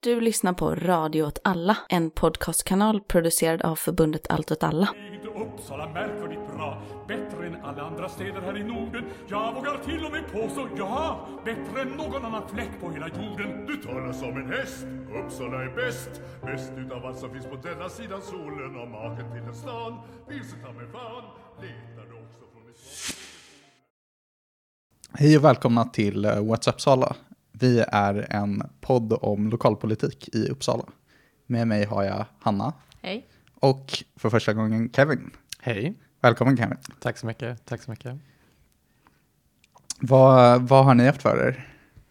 Du lyssnar på Radio åt alla, en podcastkanal producerad av förbundet Allt åt alla. Uppsala märkvärdigt bra, bättre än alla andra städer här i Norden. Jag vågar till och med påstå, ja, bättre än någon annan fläck på hela jorden. Du talar som en häst, Uppsala är bäst. Bäst utav allt som finns på denna sidan solen. Och maken till en stan, vilse ta mig fan, letar du också från ett... Hej och välkomna till What's Uppsala. Vi är en podd om lokalpolitik i Uppsala. Med mig har jag Hanna. Hej. Och för första gången Kevin. Hej. Välkommen Kevin. Tack så mycket. Tack så mycket. Vad har ni haft för er?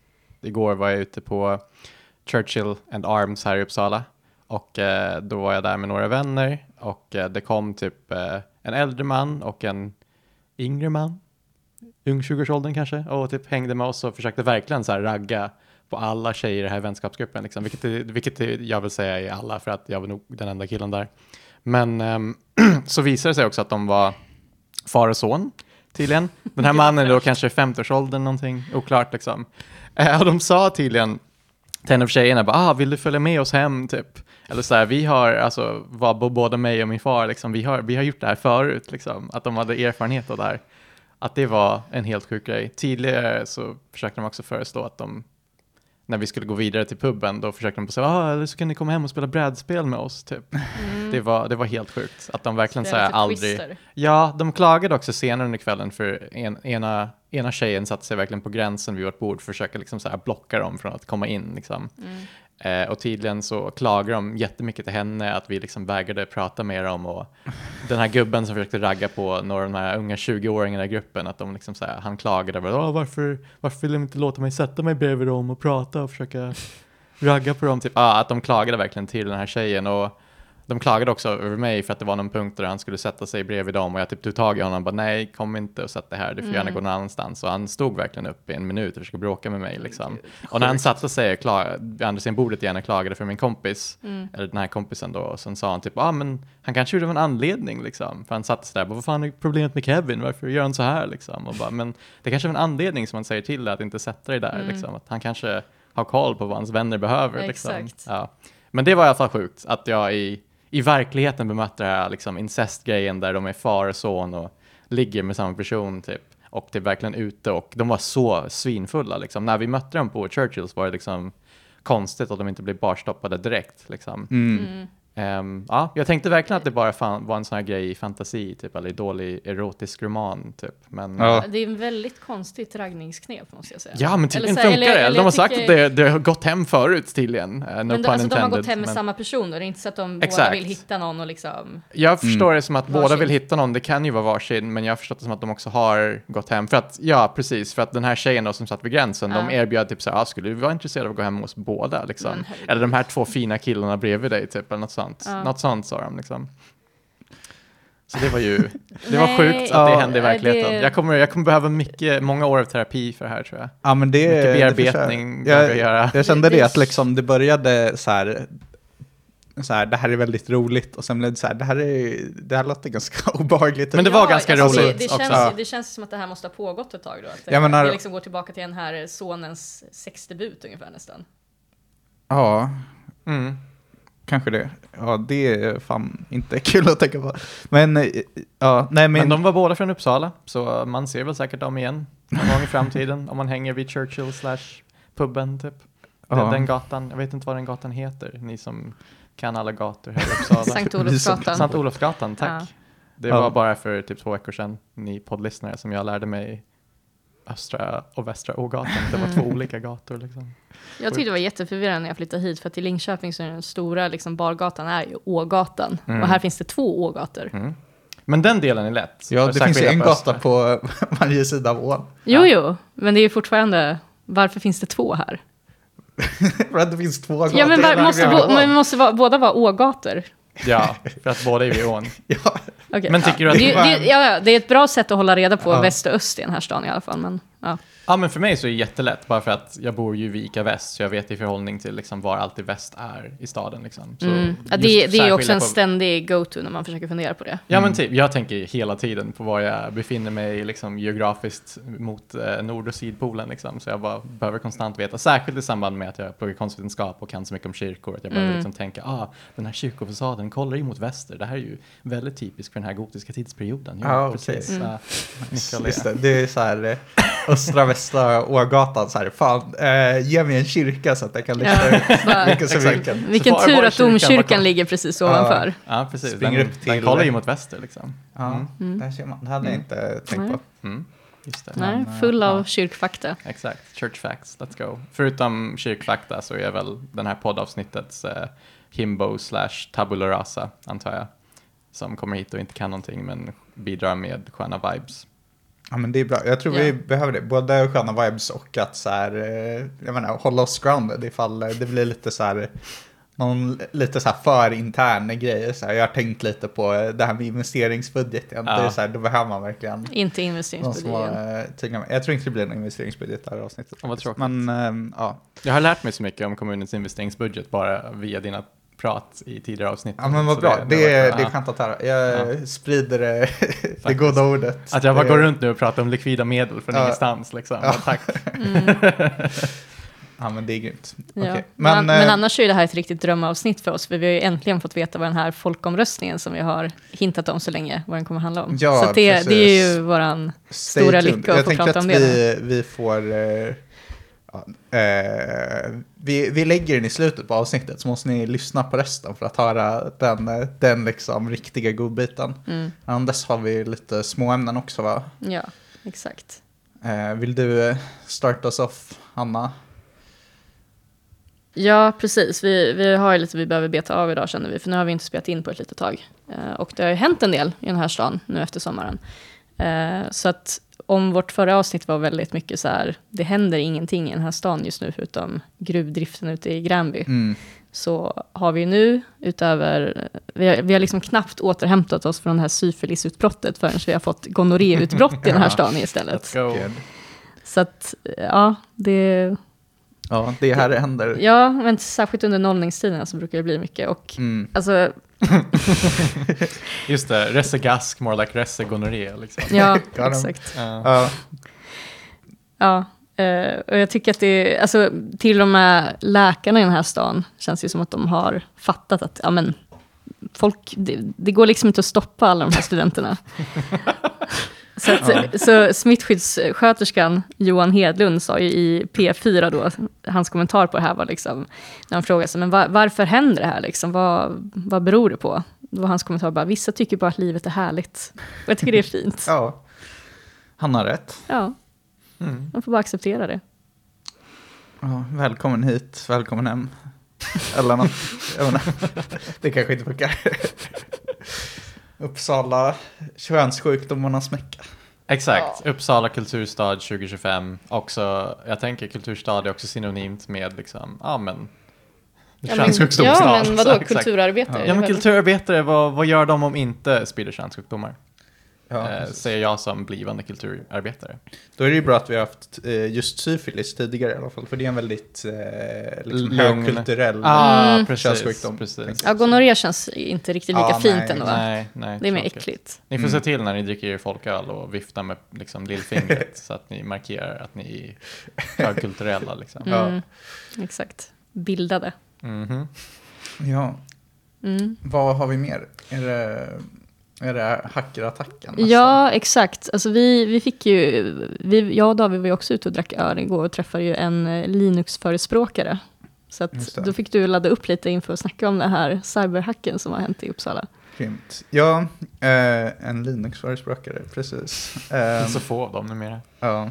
Igår var jag ute på Churchill and Arms här i Uppsala. Och då var jag där med några vänner. Och det kom typ en äldre man och en yngre man. Ung 20-årsåldern kanske. Och typ hängde med oss och försökte verkligen så här ragga på alla tjejer i den här vänskapsgruppen. Liksom. Vilket jag vill säga är alla, för att jag var nog den enda killen där. Men så visade det sig också att de var far och son tydligen. Den här mannen är då kanske 50-årsåldern någonting, oklart liksom. Och de sa tydligen till en av tjejerna bara, vill du följa med oss hem typ? Eller så här, vi har, alltså var både mig och min far liksom, vi har gjort det här förut liksom. Att de hade erfarenhet av det här. Att det var en helt sjuk grej. Tidigare så försökte de också föreslå att de, när vi skulle gå vidare till puben, då försökte de säga, eller så kan ni komma hem och spela brädspel med oss typ. Det var helt sjukt att de verkligen så här aldrig. Twister. Ja, de klagade också senare under kvällen för ena tjejen satte sig verkligen på gränsen vid vårt bord för att försöka liksom så här blocka dem från att komma in liksom. Och tydligen så klagar de jättemycket till henne att vi liksom vägrade prata med dem, och den här gubben som försökte ragga på några av de här unga 20-åringarna i gruppen, att de liksom så här, han klagade över varför vill de inte låta mig sätta mig bredvid dem och prata och försöka ragga på dem typ. Att de klagade verkligen till den här tjejen, och de klagade också över mig för att det var någon punkt där han skulle sätta sig bredvid dem och jag typ tog tag i honom och bara, nej, kom inte och sätt det här, du får gärna gå någon annanstans. Och han stod verkligen upp i en minut och försökte bråka med mig liksom. Och när han satte sig vid andra sidan bordet igen och klagade för min kompis, eller den här kompisen då, och sen sa han typ, men han kanske gjorde en anledning liksom. För han satt sig där, vad fan är problemet med Kevin? Varför gör han så här liksom? Och bara, men det kanske är en anledning som man säger till att inte sätta dig där liksom. Att han kanske har koll på vad hans vänner behöver liksom. Ja. Men det var i alla fall sjukt att jag i verkligheten bemötte det här liksom incestgrejen där de är far och son och ligger med samma person typ. Och det är verkligen ute, och de var så svinfulla liksom. När vi mötte dem på Churchill så var det liksom konstigt att de inte blev barstoppade direkt liksom. Jag tänkte verkligen att det bara var en sån här grej i fantasi typ, eller i dålig erotisk roman typ. Men, det är en väldigt konstigt raggningsknep måste jag säga. Ja, men tydligen funkar det. De har sagt att det har gått hem förut tydligen. Men alltså, de har gått hem med samma person, och det är inte så att de båda vill hitta någon och liksom... Jag förstår det som att båda vill hitta någon, det kan ju vara varsin, men jag har förstått det som att de också har gått hem. För att, för att den här tjejen då, som satt vid gränsen, de erbjöd typ så här, skulle du vara intresserad av att gå hem hos båda liksom? Eller de här två fina killarna bredvid dig typ, eller något sånt. Något sånt sa de liksom. Så det var ju var sjukt att det hände i verkligheten. Jag kommer behöva många år av terapi för det här, tror jag. Ja, men det mycket bearbetning jag kände det att liksom det började så här, det här är väldigt roligt, och sen blev det så här, det här låter ganska obehagligt. Men det var ganska roligt. Det känns som att det här måste ha pågått ett tag då, att det liksom går tillbaka till den här sonens sexdebut ungefär nästan. Ja. Kanske det. Ja, det är fan inte kul att tänka på. Men men de var båda från Uppsala, så man ser väl säkert dem igen någon gång i framtiden om man hänger vid Churchill/puben typ. Den gatan, jag vet inte vad den gatan heter, ni som kan alla gator här i Uppsala. Sankt Olofsgatan, tack. Ja. Det var bara för typ 2 veckor sedan, ni poddlyssnare, som jag lärde mig Östra och Västra Ågatan. Det var 2 olika gator liksom. Jag tyckte det var jätteförvirrande när jag flyttade hit, för att i Linköping så är den stora liksom, bargatan är ju Ågatan. Och här finns det 2 ågator. Men den delen är lätt. Ja, det finns ju en gata på varje sida av ån. Jo, men det är ju fortfarande, varför finns det 2 här? För att det finns 2 gator. Ja, men måste båda vara ågator. Ja, för att båda är vid ån. Okay. Men tycker du att det är ett bra sätt att hålla reda på väst och öst i den här stan i alla fall. Men, Ja, men för mig så är det jättelätt, bara för att jag bor ju vid Ica Väst, så jag vet i förhållning till liksom var alltid väst är i staden. Liksom. Så Ja, det är ju också en ständig go-to när man försöker fundera på det. Ja, men typ, jag tänker hela tiden på var jag befinner mig liksom, geografiskt mot nord- och sydpolen. Liksom. Så jag bara behöver konstant veta, särskilt i samband med att jag pluggar konstvetenskap och kan så mycket om kyrkor, att jag behöver liksom tänka, den här kyrkofasaden kollar ju mot väster. Det här är ju väldigt typiskt för den här gotiska tidsperioden. Ja, precis. Just det är så här östra västra Ågatan så här, fan, ge mig en kyrka så att jag kan vilken tur att domkyrkan ligger precis ovanför. Ja, precis. Den kollar ju mot väster liksom. Ja, där ser man. Det hade jag inte tänkt på. Just det. Nej, full av kyrkfakta. Exakt, church facts, let's go. Förutom kyrkfakta så är väl den här poddavsnittets himbo/tabula rasa, antar jag. Som kommer hit och inte kan någonting men bidrar med sköna vibes. Ja, men det är bra. Jag tror vi behöver det. Både sköna vibes och att så här, jag menar, hålla oss grounded ifall det blir lite så här, lite så här för intern grejer. Så här, jag har tänkt lite på det här med investeringsbudgeten. Det är så här, då behöver man verkligen... Inte investeringsbudgeten. Jag tror inte det blir någon investeringsbudget det här avsnittet. Vad tråkigt. Men, ja. Jag har lärt mig så mycket om kommunens investeringsbudget bara via dina prat i tidigare avsnitt. Ja, men vad bra. Det är skönt att höra. Jag sprider det goda ordet. Att jag bara går runt nu och pratar om likvida medel från ingenstans. Liksom. Ja. Tack. Ja, men det är grymt. Ja. Okay. Men annars är det här ett riktigt drömavsnitt för oss. För vi har ju äntligen fått veta vad den här folkomröstningen som vi har hintat om så länge, vad den kommer handla om. Ja, så det är ju våran stora lycka att få prata om det. Jag tänker att vi får... vi lägger den i slutet på avsnittet, så måste ni lyssna på resten för att höra den liksom riktiga godbiten. Annars har vi lite små ämnen också, va? Ja, exakt. Vill du starta oss off, Hanna? Ja, precis. Vi har ju lite vi behöver beta av idag, känner vi. För nu har vi inte spelat in på ett litet tag. Och det har ju hänt en del i den här stan nu efter sommaren. Så att om vårt förra avsnitt var väldigt mycket så här, det händer ingenting i den här stan just nu förutom gruvdriften ute i Gränby. Så har vi nu utöver, vi har liksom knappt återhämtat oss från det här syfilisutbrottet förrän vi har fått gonorréutbrott i den här stan istället. Så att, ja, det... Ja, det här det händer. Ja, men särskilt under nollningstiden så brukar det bli mycket. Och alltså... Just det, resegask, more like resegonorré. Liksom. Ja, exakt. Ja, och jag tycker att det, alltså, till och med läkarna i den här stan känns det som att de har fattat att ja, men, folk, det går liksom inte att stoppa alla de här studenterna. Så smittskyddssköterskan Johan Hedlund sa ju i P4 då, hans kommentar på det här var liksom, när han frågade sig, men varför händer det här liksom, vad beror det på? Då var hans kommentar bara, vissa tycker bara att livet är härligt. Och jag tycker det är fint. Ja, han har rätt. Ja, man får bara acceptera det. Ja, välkommen hit, välkommen hem. Eller något. Det kanske inte funkar. Uppsala, könssjukdomarnas mecka. Exakt, Uppsala kulturstad 2025. Också, jag tänker kulturstad är också synonymt med liksom, könssjukdomsstad. Ja, men vadå, kulturarbetare? Ja, men kulturarbetare, vad gör de om inte sprider könssjukdomar? Ja, säger jag som blivande kulturarbetare. Då är det ju bra att vi har haft just syfilis tidigare i alla fall, för det är en väldigt liksom högkulturell könssjukdom. Precis. Ja, gonorré känns inte riktigt lika fint ändå. Nej, det är mer äckligt. Ni får se till när ni dricker er folköl och vifta med liksom, lillfingret så att ni markerar att ni är högkulturella. Liksom. Exakt. Bildade. Ja. Vad har vi mer? Är det hackerattacken? Nästan? Ja, exakt. Alltså vi fick ju... jag och David var ju också ute och drack öl igår och träffade ju en Linux-förespråkare. Så att då fick du ladda upp lite inför att snacka om det här cyberhacken som har hänt i Uppsala. Grymt. Ja, en Linux-förespråkare, precis. Så få av dem numera. Ja.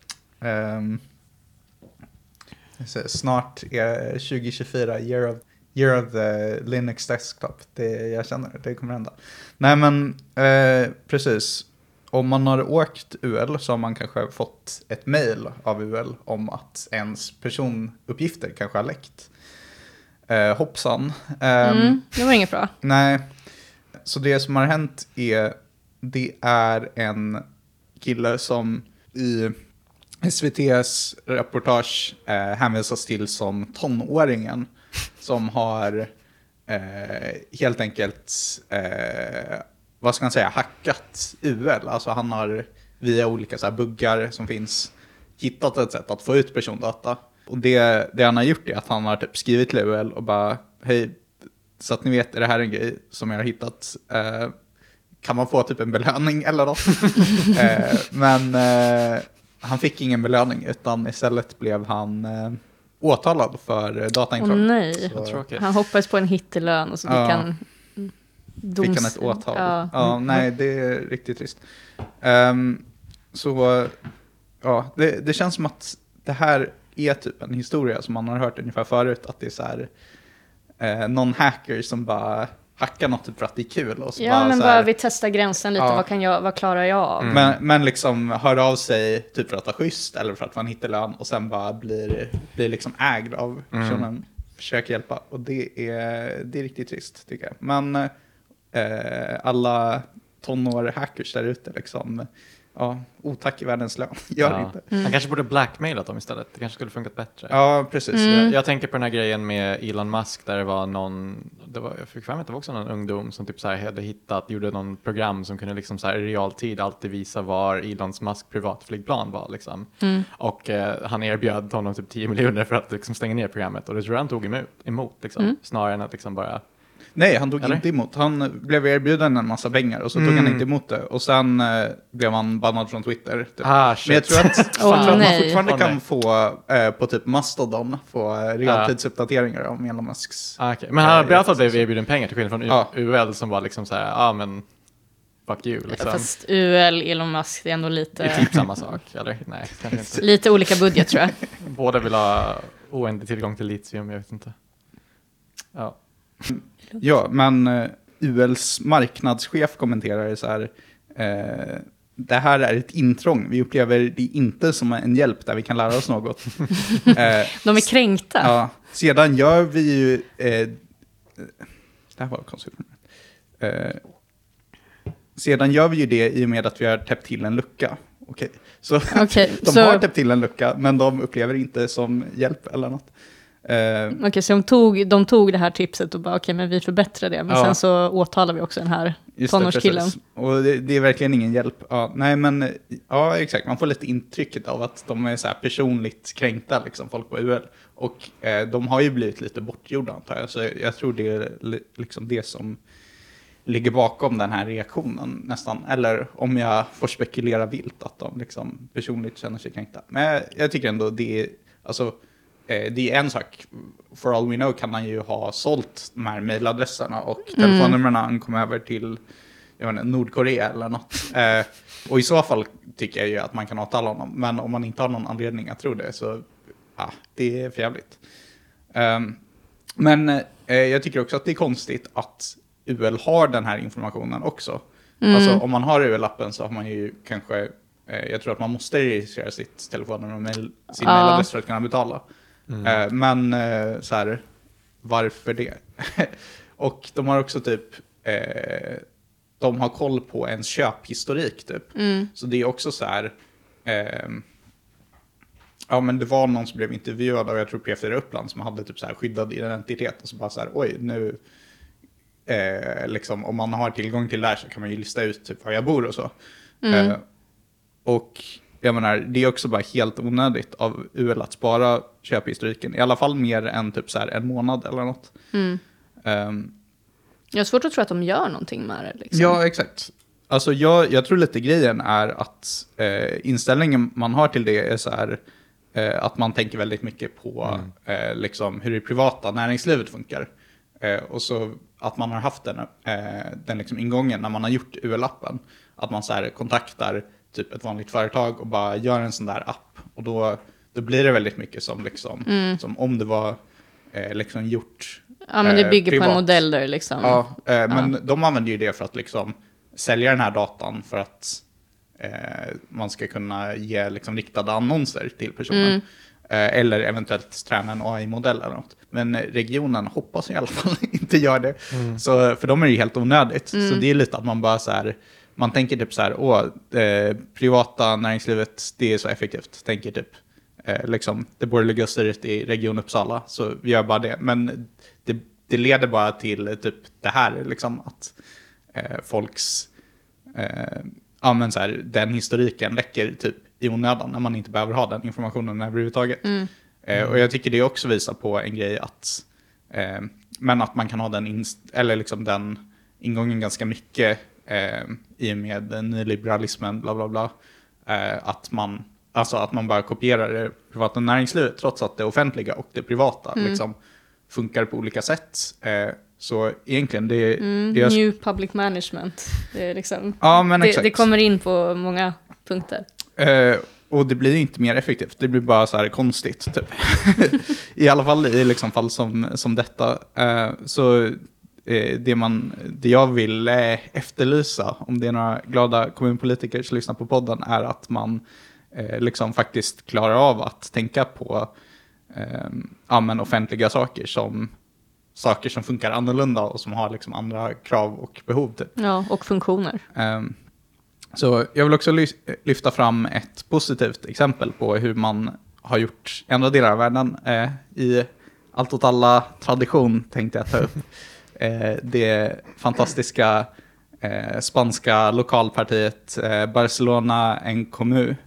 Snart är 2024 year of the Linux desktop. Jag känner det kommer hända. Nej, men precis. Om man har åkt UL så har man kanske fått ett mejl av UL om att ens personuppgifter kanske har läckt. Hoppsan. Det var inget bra. Nej. Så det som har hänt är en kille som SVT:s reportage hänvisas till som tonåringen som har helt enkelt, vad ska man säga, hackat UL. Alltså han har via olika så här buggar som finns hittat ett sätt att få ut persondata. Och det han har gjort är att han har typ skrivit till UL och bara, hej, så att ni vet, är det här en grej som jag har hittat? Kan man få typ en belöning eller något? Men han fick ingen belöning, utan istället blev han åtalad för dataintrång. Åh nej, Vad tråkigt. han hoppades på en hittelön och så fick han Fick han ett åtal? Ja. Ja, nej, det är riktigt trist. Så ja, det känns som att det här är typ en historia som man har hört ungefär förut, att det är så här någon hacker som bara hackar något typ för att det är kul. Och så Ja, bara men så här, bara vi testar gränsen lite, vad klarar jag av? men liksom hör av sig typ för att vara schysst eller för att man hittar lön och sen bara blir liksom ägd av personen. Försöker hjälpa. Och det är riktigt trist tycker jag. Men alla tonår hackers där ute liksom, ja, otack i världens lön. Gör inte. Han kanske borde blackmailat dem istället. Det kanske skulle funkat bättre. Ja, precis. Jag tänker på den här grejen med Elon Musk där det var jag fick fram att det var också någon ungdom som typ så här gjorde någon program som kunde liksom så här i realtid alltid visa var Elons Musk privatflygplan var liksom. Och han erbjöd honom typ 10 miljoner för att liksom stänga ner programmet, och det tror jag han tog emot liksom, snarare än att liksom bara. Nej, han tog inte emot. Han blev erbjuden en massa pengar och så tog han inte emot det. Och sen blev han bannad från Twitter. Typ. Shit. Men jag tror att, man fortfarande kan få på typ Mastodon få realtidsuppdateringar om Elon Musks. Okay. Men han i alla fall blev erbjuden pengar till skillnad från UL som var liksom så här, men fuck you. Liksom. Fast UL, Elon Musk, det är ändå lite. Det är typ samma sak, eller? Nej, kanske inte. Lite olika budget tror jag. Båda vill ha oändlig tillgång till litium, jag vet inte. Ja. Ja, men ULs marknadschef kommenterar så här, det här är ett intrång. Vi upplever det inte som en hjälp där vi kan lära oss något. De är kränkta. Ja, sedan gör vi ju, det här var konstigt. Sedan gör vi ju det i och med att vi har täppt till en lucka. Okej. Så de har täppt till en lucka, men de upplever inte som hjälp eller något. Okej, så de tog det här tipset och bara okej, men vi förbättrar det. Men sen så åtalar vi också den här tonårskillen. Och det är verkligen ingen hjälp. Ja, nej, men ja, exakt. Man får lite intrycket av att de är så här personligt kränkta, liksom, folk på UL. Och de har ju blivit lite bortgjorda, antar jag. Så jag tror det är liksom det som ligger bakom den här reaktionen nästan. Eller om jag får spekulera vilt att de liksom personligt känner sig kränkta. Men jag tycker ändå det är, alltså, det är en sak. For all we know kan man ju ha sålt de här mailadresserna och telefonnumren han kom över till, jag vet inte, Nordkorea eller något. Och i så fall tycker jag ju att man kan åtala honom. Men om man inte har någon anledning att tro det, så det är för jävligt. Men jag tycker också att det är konstigt att UL har den här informationen också. Alltså om man har UL-appen så har man ju kanske, jag tror att man måste registrera sitt telefonnummer och sin mailadress för att kunna betala. Men så här, varför det? Och de har också typ de har koll på ens köphistorik typ. Så det är också så här, ja, men det var någon som blev intervjuad av, jag tror P4 Uppland, som hade typ så här skyddad identitet och så bara så här, oj, nu liksom, om man har tillgång till det här så kan man ju lista ut typ var jag bor och så. Och jag menar, det är också bara helt onödigt av UL att spara köphistoriken. I alla fall mer än typ så här en månad eller något. Jag har svårt att tro att de gör någonting med det. Liksom. Ja, exakt. Alltså jag tror lite grejen är att inställningen man har till det är så här, att man tänker väldigt mycket på liksom hur det privata näringslivet funkar. Och så att man har haft den liksom ingången när man har gjort UL-appen. Att man så här kontaktar typ ett vanligt företag och bara gör en sån där app. Och då blir det väldigt mycket som, liksom, som om det var liksom gjort ja, men det bygger privat. På en modell där liksom. Ja, men de använder ju det för att liksom sälja den här datan för att man ska kunna ge liksom riktade annonser till personen. Eller eventuellt träna en AI-modell eller något. Men regionen hoppas i alla fall inte gör det. Så, för de är det helt onödigt. Så det är lite att man bara så här, man tänker typ så här, privata näringslivet, det är så effektivt, tänker typ. Liksom, det borgerliga styret i Region Uppsala, så vi gör bara det. Men det leder bara till typ det här, liksom, att folks, men så här, den historiken läcker typ i onödan när man inte behöver ha den informationen överhuvudtaget. Och jag tycker det också visar på en grej att, men att man kan ha eller liksom den ingången ganska mycket i och med nyliberalismen, bla bla bla, att man bara kopierar det privata näringslivet trots att det offentliga och det privata liksom funkar på olika sätt. Så egentligen det New public management. Det är liksom, ja, men exakt. Det kommer in på många punkter. Och det blir ju inte mer effektivt. Det blir bara så här konstigt typ. I alla fall i liksom fall som detta. Så det jag vill efterlysa, om det är några glada kommunpolitiker som lyssnar på podden, är att man liksom faktiskt klarar av att tänka på offentliga saker som funkar annorlunda och som har liksom andra krav och behov. Typ. Ja, och funktioner. Så jag vill också lyfta fram ett positivt exempel på hur man har gjort i andra delar av världen. I allt åt alla tradition tänkte jag ta upp. Det fantastiska spanska lokalpartiet Barcelona en Comú,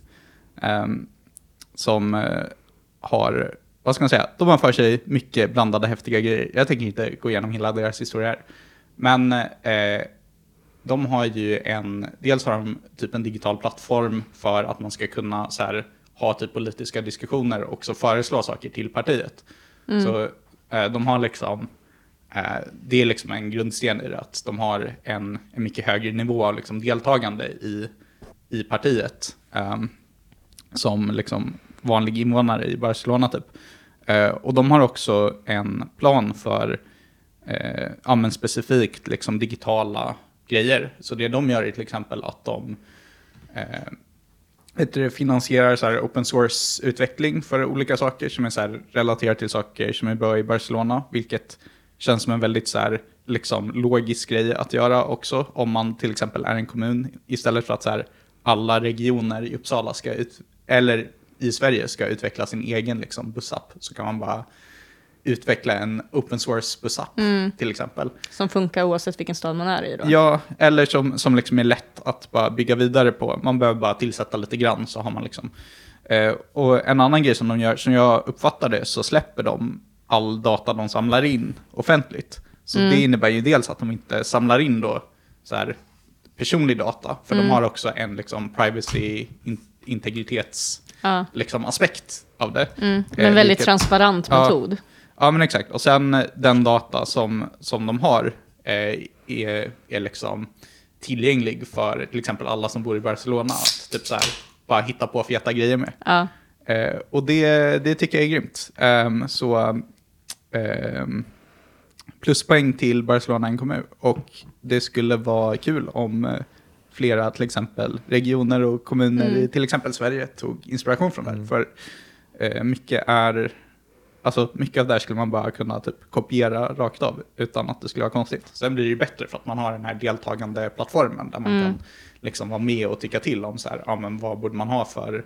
som har, vad ska man säga, de har för sig mycket blandade häftiga grejer. Jag tänker inte gå igenom hela deras historia här. Men de har ju dels har de typ en digital plattform för att man ska kunna så här, ha typ politiska diskussioner och också föreslå saker till partiet. Så de har liksom, det är liksom en grundsten i det, att de har en mycket högre nivå av liksom deltagande i partiet som liksom vanlig invånare i Barcelona typ. Och de har också en plan för specifikt liksom digitala grejer. Så det de gör är till exempel att de finansierar så här open source-utveckling för olika saker som är så här relaterat till saker som är bra i Barcelona, vilket känns som en väldigt så här, liksom, logisk grej att göra också, om man till exempel är en kommun, istället för att så här, alla regioner i Uppsala eller i Sverige ska utveckla sin egen liksom, bussapp, så kan man bara utveckla en open source bussapp till exempel. Som funkar oavsett vilken stad man är i då? Ja, eller som liksom är lätt att bara bygga vidare på. Man behöver bara tillsätta lite grann, så har man liksom. Och en annan grej som de gör, som jag uppfattar det, så släpper de all data de samlar in offentligt. Så det innebär ju dels att de inte samlar in då så här personlig data, för de har också en liksom privacy integritets liksom aspekt av det. En väldigt transparent metod. Ja, men exakt. Och sen den data som de har är liksom tillgänglig för till exempel alla som bor i Barcelona att typ så här bara hitta på feta grejer med. Och det tycker jag är grymt. Pluspoäng till Barcelona en kommun. Och det skulle vara kul om flera till exempel regioner och kommuner i till exempel Sverige tog inspiration från det här. För mycket av det här skulle man bara kunna typ kopiera rakt av utan att det skulle vara konstigt. Sen blir det ju bättre för att man har den här deltagande plattformen där man kan liksom vara med och tycka till om så här, men vad borde man ha för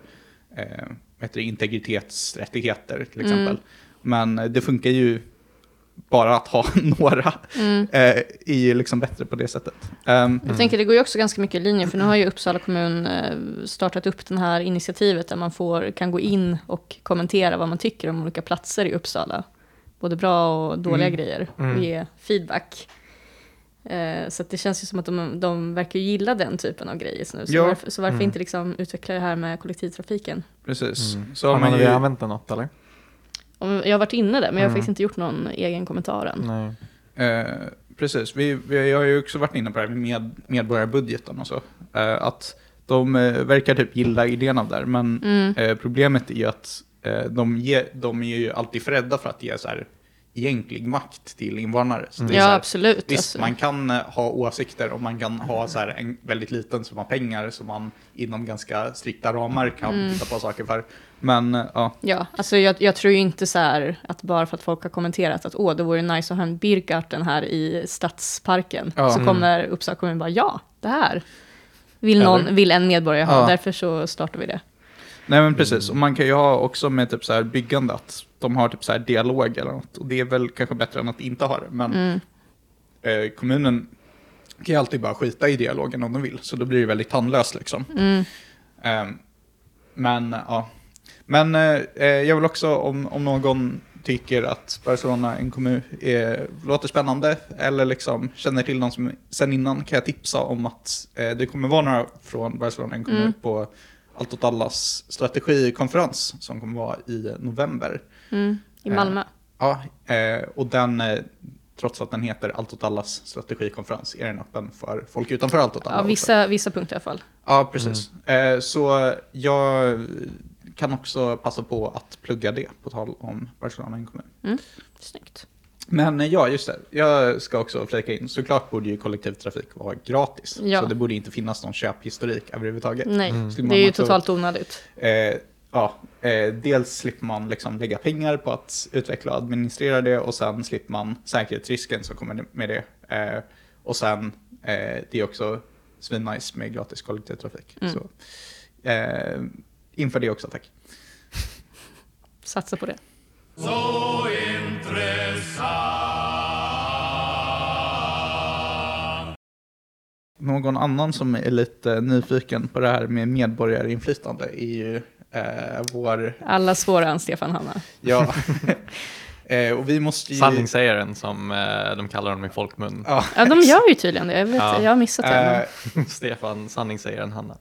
integritetsrättigheter till exempel. Men det funkar ju bara att ha några är ju liksom bättre på det sättet. Jag tänker det går ju också ganska mycket i linje, för nu har ju Uppsala kommun startat upp den här initiativet där man kan gå in och kommentera vad man tycker om olika platser i Uppsala. Både bra och dåliga grejer och ge feedback. Så att det känns ju som att de verkar gilla den typen av grejer nu. Så varför inte liksom utveckla det här med kollektivtrafiken? Precis. Så har man använt det något eller? Jag har varit inne där, men jag har faktiskt inte gjort någon egen kommentar än. Precis, jag har ju också varit inne på det här med medborgarbudgeten och så. Att de verkar typ gilla idén av där, men problemet är ju att de är ju alltid för rädda för att ge så här egentlig makt till invånare. Så det är så här, absolut. Visst, man kan ha åsikter och man kan ha så här en väldigt liten summa pengar som man inom ganska strikta ramar kan hitta på saker för. Men ja, alltså jag tror ju inte så här att bara för att folk har kommenterat att det vore nice att ha en Biergarten här i stadsparken, så kommer Uppsala kommun bara det här. vill en medborgare ha. Ja. Därför så startar vi det. Nej men precis, och man kan ju ha också med typ så här byggande att de har typ så här dialog eller något. Och det är väl kanske bättre än att inte ha det. Men kommunen kan ju alltid bara skita i dialogen om de vill. Så då blir det väldigt tandlöst liksom. Men ja. Men jag vill också om någon tycker att Barcelona, en kommun, låter spännande eller liksom känner till någon som sen innan, kan jag tipsa om att det kommer vara några från Barcelona, en kommun på Allt åt allas strategikonferens som kommer vara i november. I Malmö. Ja, och den, trots att den heter Allt åt allas strategikonferens, är den öppen för folk utanför Allt åt alla. Ja, vissa punkter i alla fall. Ja, precis. Så jag kan också passa på att plugga det på tal om Barcelona, en kommun. Snyggt. Men ja, just det. Jag ska också flika in. Såklart borde ju kollektivtrafik vara gratis. Ja. Så det borde inte finnas någon köphistorik överhuvudtaget. Nej, Skulle det är ju också, totalt onödigt. Dels slipper man liksom lägga pengar på att utveckla och administrera det. Och sen slipper man säkerhetsrisken som kommer med det. Och sen det är också svinnice med gratis kollektivtrafik. Så inför det också, tack. Satsa på det. Så intressant. Någon annan som är lite nyfiken på det här med medborgarinflytande är ju vår... Alla svåra än Stefan Hanna. Ja. Och vi måste ju... Sanningssägaren som de kallar honom i folkmun. Ja, Ja, de gör ju tydligen det. Jag vet, Ja. jag har missat det. Stefan, sanningssägaren Hanna.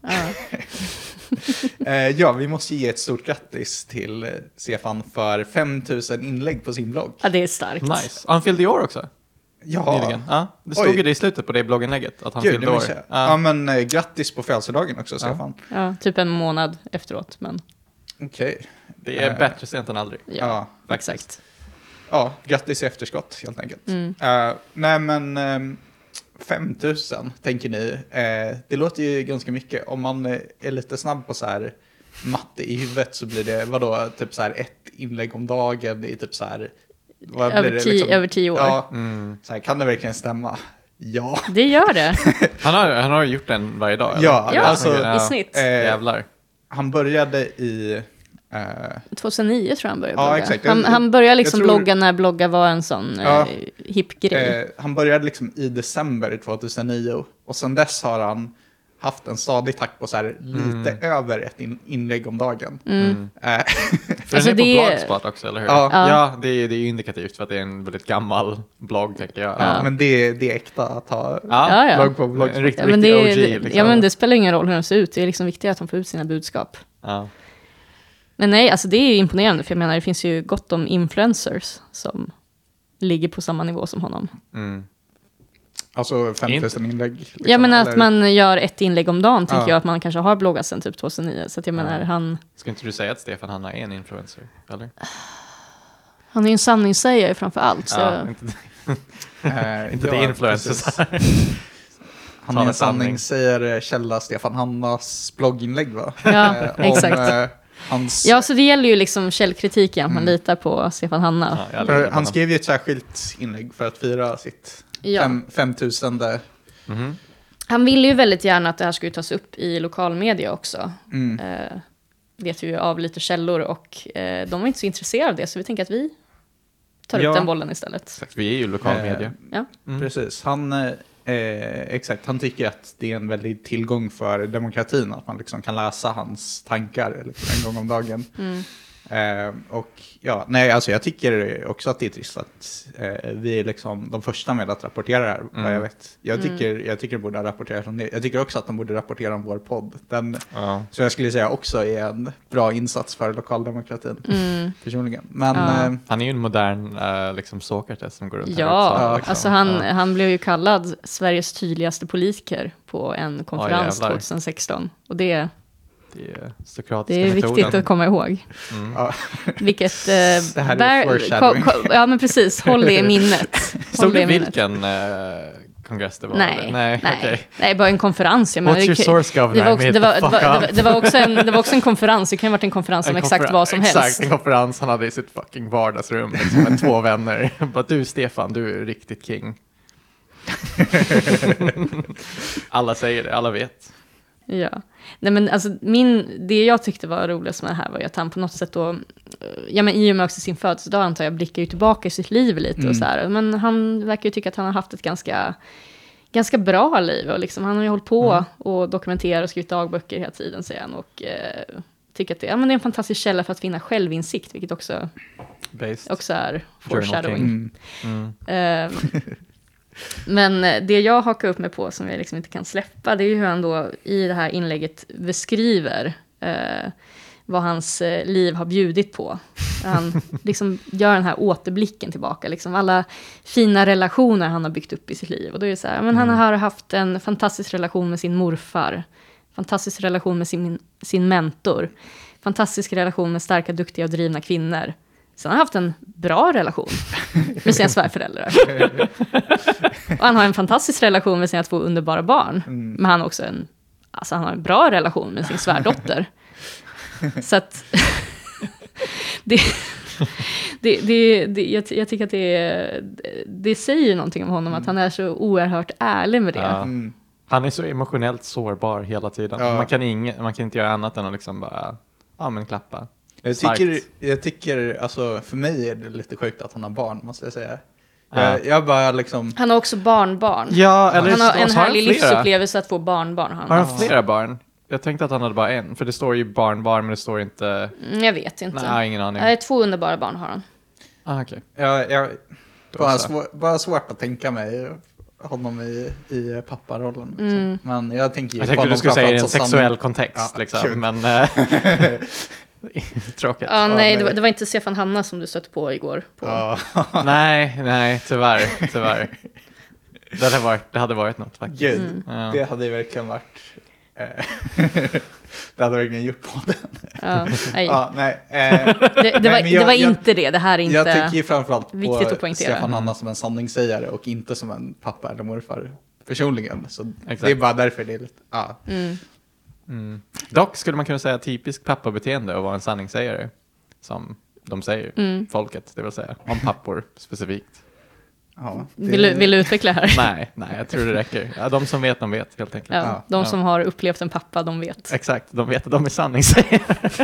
ja, vi måste ge ett stort grattis till Stefan för 5000 inlägg på sin blogg. Ja, det är starkt. Nice. Han fyllde i år också. Ja, Nyligen. Ja, det stod ju det i slutet på det blogginlägget att han gud, fyllde det år. måste jag. Ja, men grattis på födelsedagen också, Stefan. Ja, typ en månad efteråt, men Okej. Det är bättre sent än aldrig. Ja, exakt. ja, grattis i efterskott helt enkelt. Nej, men 5000 tänker ni. Det låter ju ganska mycket. Om man är lite snabb på så här matte i huvudet så blir det, vadå, typ så här ett inlägg om dagen i typ så här... Vad blir det, liksom? Över 10 år. Ja, så här, kan det verkligen stämma? Ja. Det gör det. Han har gjort den varje dag. Eller? Ja, Ja, alltså, i snitt. Jävlar. Han började i... 2009 tror jag han började Ja, blogga. exakt. Han började liksom jag tror- blogga när blogga var en sån hipp grej. Han började liksom i december 2009 och sen dess har han haft en stadig takt på så här lite över ett inlägg om dagen. För Alltså, den är det på är- Blogspot också, eller hur? Ja. Ja, det är ju indikativt för att det är en väldigt gammal blogg, tänker jag. Ja, men det är äkta att ha Ja. blogg på blogg. En riktig Ja, men OG. det, Liksom. ja, men det spelar ingen roll hur den ser ut. Det är liksom viktigt att de får ut sina budskap. Ja. Men nej, alltså det är ju imponerande. För jag menar, det finns ju gott om influencers som ligger på samma nivå som honom. Alltså 5000 inlägg. Liksom, Ja, men att eller- man gör ett inlägg om dagen tänker Ja. jag att man kanske har bloggat sedan typ 2009. Så att jag menar, han Ska inte du säga att Stefan Hanna är en influencer? Eller? är ju en sanningssägare framför allt. Så Ja, inte Inte det influencers. precis. Han är Tala en sanning. sanningssägare, källa Stefan Hannas blogginlägg, va? Ja, Om, exakt. hans... Ja, så det gäller ju liksom källkritiken, att man litar på Stefan Hanna. Ja, jag För litar på han honom. skrev ju ett särskilt inlägg för att fira sitt Ja. 5000. Han ville ju väldigt gärna att det här skulle tas upp i lokalmedia också. Mm. Vet vi ju av lite källor och de var inte så intresserade av det, så vi tänker att vi tar Ja. upp den bollen istället. Exakt, vi är ju lokalmedia. Ja. Precis. Exakt, han tycker att det är en väldig tillgång för demokratin att man liksom kan läsa hans tankar liksom en gång om dagen. Och ja, nej, alltså jag tycker också att det är trist att vi är liksom de första med att rapportera det här, vad jag vet. Jag tycker det borde ha rapporterats om det. Jag tycker också att de borde rapportera om vår podd. Den, Ja. så jag skulle säga också är en bra insats för lokaldemokratin, personligen. Men Han är ju en modern liksom Sokrates som går runt här Ja, också, liksom. alltså han blev ju kallad Sveriges tydligaste politiker på en konferens jävlar. 2016. Och det Det är sokratiska är metoden. viktigt att komma ihåg. ja, Vilket... det här är foreshadowing. ja, men precis. Håll det i minnet. Stod Håll det i minnet. vilken kongress det var? Nej, eller? nej, okej. nej, bara en konferens. Jag menar, What's your source det governor? var också, Made det var, the det fuck var, up. det var också en konferens. Det kan ha varit en konferens om exakt vad som helst. Exakt, en konferens han hade i sitt fucking vardagsrum liksom, med 2 vänner. Bara, du Stefan, du är riktigt king. Alla säger det, alla vet. Ja. Nej, men alltså det jag tyckte var roligast med det här var ju att han på något sätt då, ja men i och med också sin födelsedag antar jag, blickar ju tillbaka i sitt liv lite och så här. Men han verkar ju tycka att han har haft ett ganska bra liv och liksom, han har ju hållit på och dokumenterat och skrivit dagböcker hela tiden, säger han, och tycker att det är en fantastisk källa för att finna självinsikt, vilket också är foreshadowing. Men det jag hakar upp mig på som jag liksom inte kan släppa, det är ju hur han då i det här inlägget beskriver vad hans liv har bjudit på. Han liksom gör den här återblicken tillbaka, liksom alla fina relationer han har byggt upp i sitt liv. Och då är det så här, men han har haft en fantastisk relation med sin morfar, fantastisk relation med sin mentor, fantastisk relation med starka, duktiga och drivna kvinnor. Sen har han haft en bra relation med sina svärföräldrar. Och han har en fantastisk relation med sina 2 underbara barn. Men han har också han har en bra relation med sin svärdotter. Så att jag tycker att det säger någonting om honom, att han är så oerhört ärlig med det. Ja. Han är så emotionellt sårbar hela tiden. Ja. Man kan inte göra annat än att liksom bara klappa. Jag tycker alltså, för mig är det lite sjukt att han har barn, måste jag säga. Jag bara liksom... Han har också barnbarn. Ja, eller han har en härlig livsupplevelse att få barnbarn. Har han flera barn? Jag tänkte att han hade bara en, för det står ju barnbarn, men det står inte... Jag vet inte. Nej, ingen aning. 2 underbara barn har han. Okej. Bara svårt att tänka mig honom i papparollen. Liksom. Men jag tänker du skulle säga i en sexuell kontext. Liksom. Men... Tråkigt. Ja, nej, det var inte Stefan Hanna som du stötte på igår. Nej, tyvärr. Det hade varit något faktiskt. Gud, det hade ju verkligen varit... det hade verkligen gjort på den. Det var inte det. Det här är inte jag tycker ju framförallt viktigt att på poängtera. Stefan Hanna som en sanningssägare och inte som en pappa eller morfar personligen. Så det är bara därför det är lite... Dock skulle man kunna säga typisk pappabeteende att vara en sanningssägare, som de säger, folket, det vill säga, om pappor specifikt. Ja, vill du utveckla här? Nej, jag tror det räcker. Ja, de som vet, de vet helt enkelt. Ja, de som har upplevt en pappa, de vet. Exakt, de vet att de är sanningssägare.